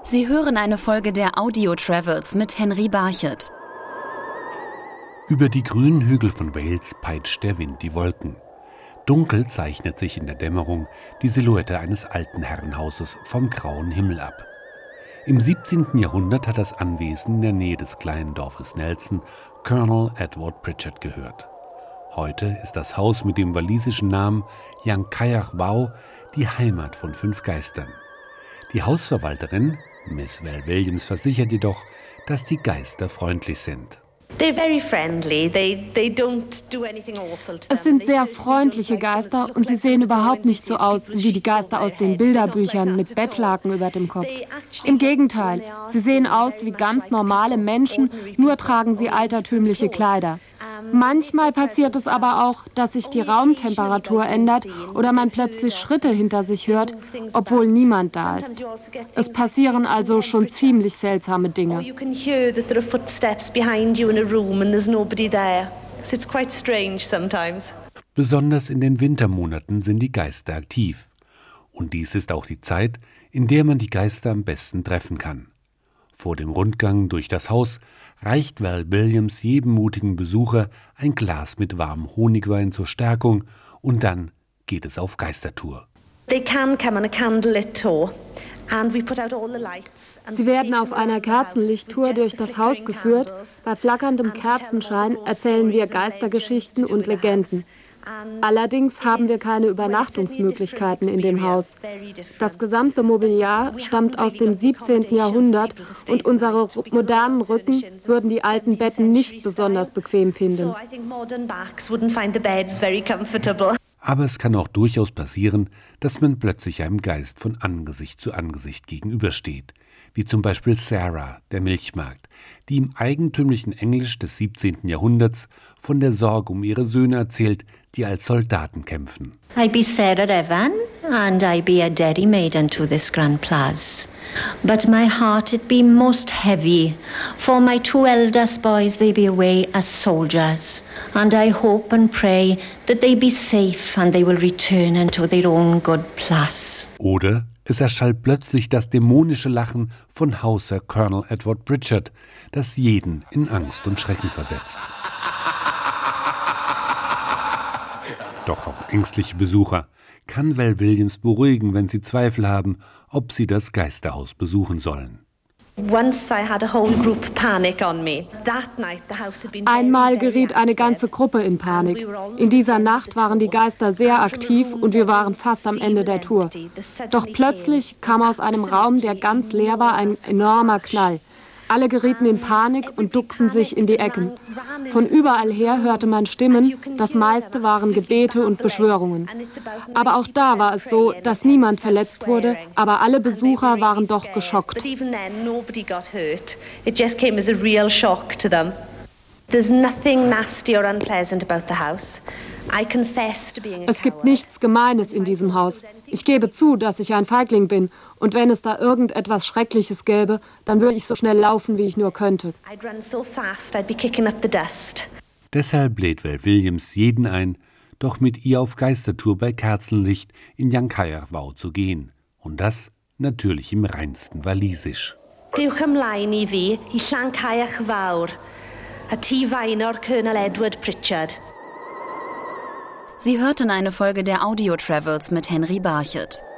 Sie hören eine Folge der Audio Travels mit Henry Barchett. Über die grünen Hügel von Wales peitscht der Wind die Wolken. Dunkel zeichnet sich in der Dämmerung die Silhouette eines alten Herrenhauses vom grauen Himmel ab. Im 17. Jahrhundert hat das Anwesen in der Nähe des kleinen Dorfes Nelson Colonel Edward Pritchard gehört. Heute ist das Haus mit dem walisischen Namen Llancair Vawr die Heimat von 5 Geistern. Die Hausverwalterin, Miss Val Williams, versichert jedoch, dass die Geister freundlich sind. Es sind sehr freundliche Geister und sie sehen überhaupt nicht so aus wie die Geister aus den Bilderbüchern mit Bettlaken über dem Kopf. Im Gegenteil, sie sehen aus wie ganz normale Menschen, nur tragen sie altertümliche Kleider. Manchmal passiert es aber auch, dass sich die Raumtemperatur ändert oder man plötzlich Schritte hinter sich hört, obwohl niemand da ist. Es passieren also schon ziemlich seltsame Dinge. Besonders in den Wintermonaten sind die Geister aktiv. Und dies ist auch die Zeit, in der man die Geister am besten treffen kann. Vor dem Rundgang durch das Haus reicht Val Williams jedem mutigen Besucher ein Glas mit warmem Honigwein zur Stärkung und dann geht es auf Geistertour. Sie werden auf einer Kerzenlichttour durch das Haus geführt. Bei flackerndem Kerzenschein erzählen wir Geistergeschichten und Legenden. Allerdings haben wir keine Übernachtungsmöglichkeiten in dem Haus. Das gesamte Mobiliar stammt aus dem 17. Jahrhundert und unsere modernen Rücken würden die alten Betten nicht besonders bequem finden. Aber es kann auch durchaus passieren, dass man plötzlich einem Geist von Angesicht zu Angesicht gegenübersteht, wie zum Beispiel Sarah, der Milchmagd, die im eigentümlichen Englisch des 17. Jahrhunderts von der Sorge um ihre Söhne erzählt, die als Soldaten kämpfen. I be Sarah Evan, and I be a dairy maiden to this grand place. But my heart it be most heavy, for my 2 eldest boys they be away as soldiers, and I hope and pray that they be safe and they will return into their own good place. Oder es erschallt plötzlich das dämonische Lachen von Hausherr Colonel Edward Pritchard, das jeden in Angst und Schrecken versetzt. Doch auch ängstliche Besucher kann Val Williams beruhigen, wenn sie Zweifel haben, ob sie das Geisterhaus besuchen sollen. Einmal geriet eine ganze Gruppe in Panik. In dieser Nacht waren die Geister sehr aktiv und wir waren fast am Ende der Tour. Doch plötzlich kam aus einem Raum, der ganz leer war, ein enormer Knall. Alle gerieten in Panik und duckten sich in die Ecken. Von überall her hörte man Stimmen, das meiste waren Gebete und Beschwörungen. Aber auch da war es so, dass niemand verletzt wurde, aber alle Besucher waren doch geschockt. Es gibt nichts Gemeines in diesem Haus. Ich gebe zu, dass ich ein Feigling bin. Und wenn es da irgendetwas Schreckliches gäbe, dann würde ich so schnell laufen, wie ich nur könnte. Deshalb lädt Val Williams jeden ein, doch mit ihr auf Geistertour bei Kerzenlicht in Llancair Vawr zu gehen. Und das natürlich im reinsten Walisisch. Dewch ymlaen I fi I Llancair Vawr, y tŷ faenor Colonel Edward Pritchard. Sie hörten eine Folge der Audio Travels mit Henry Barchett.